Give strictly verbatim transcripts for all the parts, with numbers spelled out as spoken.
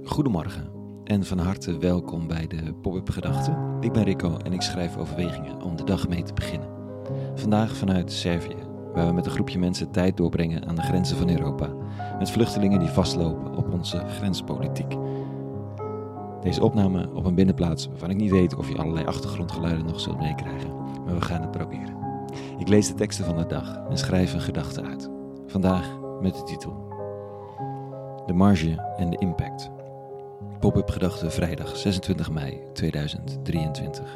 Goedemorgen en van harte welkom bij de Pop-up Gedachten. Ik ben Rico en ik schrijf overwegingen om de dag mee te beginnen. Vandaag vanuit Servië, waar we met een groepje mensen tijd doorbrengen aan de grenzen van Europa. Met vluchtelingen die vastlopen op onze grenspolitiek. Deze opname op een binnenplaats waarvan ik niet weet of je allerlei achtergrondgeluiden nog zult meekrijgen. Maar we gaan het proberen. Ik lees de teksten van de dag en schrijf een gedachte uit. Vandaag met de titel De marge en de impact. Pop-up Gedachten vrijdag zesentwintig mei tweeduizend drieëntwintig.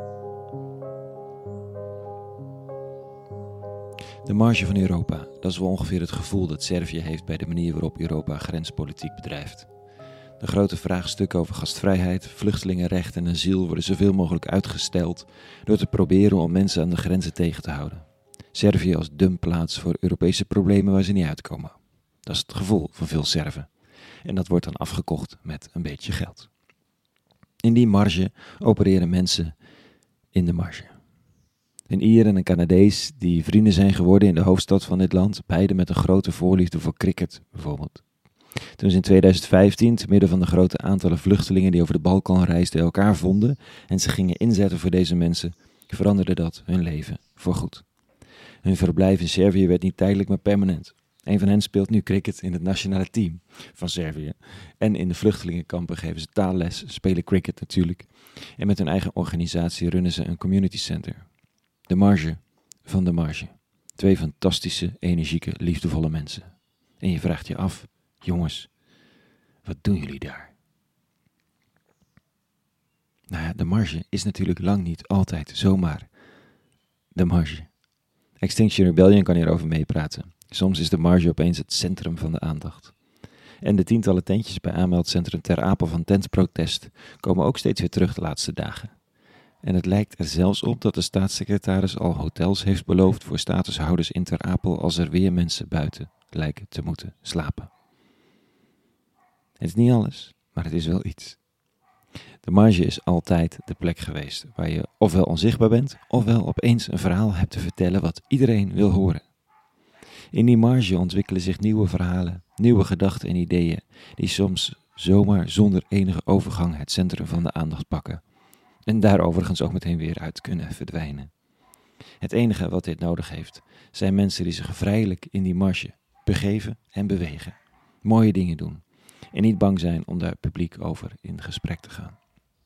De marge van Europa, dat is wel ongeveer het gevoel dat Servië heeft bij de manier waarop Europa grenspolitiek bedrijft. De grote vraagstukken over gastvrijheid, vluchtelingenrecht en asiel worden zoveel mogelijk uitgesteld door te proberen om mensen aan de grenzen tegen te houden. Servië als dumpplaats voor Europese problemen waar ze niet uitkomen. Dat is het gevoel van veel Serven. En dat wordt dan afgekocht met een beetje geld. In die marge opereren mensen in de marge. Een Ier en een Canadees die vrienden zijn geworden in de hoofdstad van dit land, beide met een grote voorliefde voor cricket bijvoorbeeld. Toen ze in tweeduizend vijftien, te midden van de grote aantallen vluchtelingen die over de Balkan reisden, elkaar vonden en ze gingen inzetten voor deze mensen, veranderde dat hun leven voorgoed. Hun verblijf in Servië werd niet tijdelijk, maar permanent. Een van hen speelt nu cricket in het nationale team van Servië. En in de vluchtelingenkampen geven ze taalles, spelen cricket natuurlijk. En met hun eigen organisatie runnen ze een community center. De marge van de marge. Twee fantastische, energieke, liefdevolle mensen. En je vraagt je af, jongens, wat doen jullie daar? Nou ja, de marge is natuurlijk lang niet altijd zomaar de marge. Extinction Rebellion kan hierover meepraten. Soms is de marge opeens het centrum van de aandacht. En de tientallen tentjes bij aanmeldcentrum Ter Apel van Tentprotest komen ook steeds weer terug de laatste dagen. En het lijkt er zelfs op dat de staatssecretaris al hotels heeft beloofd voor statushouders in Ter Apel als er weer mensen buiten lijken te moeten slapen. Het is niet alles, maar het is wel iets. De marge is altijd de plek geweest waar je ofwel onzichtbaar bent, ofwel opeens een verhaal hebt te vertellen wat iedereen wil horen. In die marge ontwikkelen zich nieuwe verhalen, nieuwe gedachten en ideeën, die soms zomaar zonder enige overgang het centrum van de aandacht pakken. En daar overigens ook meteen weer uit kunnen verdwijnen. Het enige wat dit nodig heeft, zijn mensen die zich vrijelijk in die marge begeven en bewegen. Mooie dingen doen. En niet bang zijn om daar publiek over in gesprek te gaan.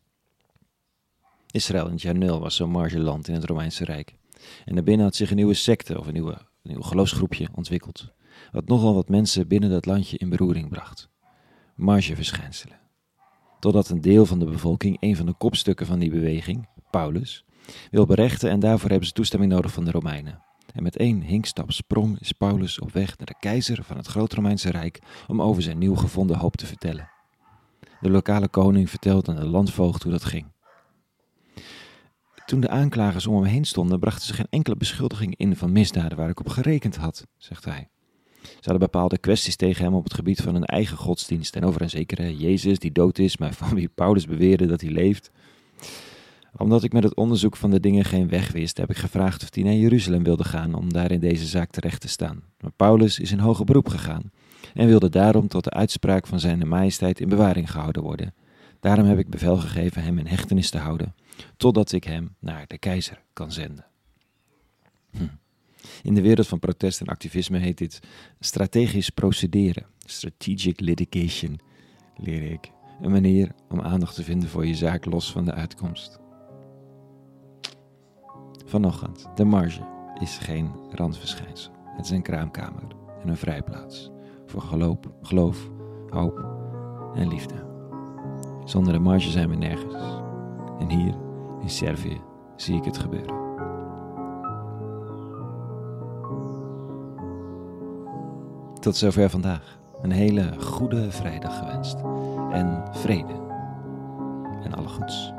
Israël in het jaar nul was zo'n margeland in het Romeinse Rijk. En daarbinnen had zich een nieuwe secte of een nieuwe Een nieuw geloofsgroepje ontwikkeld, wat nogal wat mensen binnen dat landje in beroering bracht. Margeverschijnselen. Totdat een deel van de bevolking een van de kopstukken van die beweging, Paulus, wil berechten en daarvoor hebben ze toestemming nodig van de Romeinen. En met één hinkstap sprong is Paulus op weg naar de keizer van het Groot-Romeinse Rijk om over zijn nieuw gevonden hoop te vertellen. De lokale koning vertelt aan de landvoogd hoe dat ging. Toen de aanklagers om hem heen stonden, brachten ze geen enkele beschuldiging in van misdaden waar ik op gerekend had, zegt hij. Ze hadden bepaalde kwesties tegen hem op het gebied van hun eigen godsdienst en over een zekere Jezus die dood is, maar van wie Paulus beweerde dat hij leeft. Omdat ik met het onderzoek van de dingen geen weg wist, heb ik gevraagd of hij naar Jeruzalem wilde gaan om daar in deze zaak terecht te staan. Maar Paulus is in hoger beroep gegaan en wilde daarom tot de uitspraak van zijn majesteit in bewaring gehouden worden. Daarom heb ik bevel gegeven hem in hechtenis te houden, totdat ik hem naar de keizer kan zenden. Hm. In de wereld van protest en activisme heet dit strategisch procederen, strategic litigation, leer ik. Een manier om aandacht te vinden voor je zaak los van de uitkomst. Vanochtend, de marge is geen randverschijnsel. Het is een kraamkamer en een vrijplaats voor geloof, geloof, hoop en liefde. Zonder de marge zijn we nergens. En hier in Servië zie ik het gebeuren. Tot zover vandaag. Een hele goede vrijdag gewenst. En vrede. En alle goeds.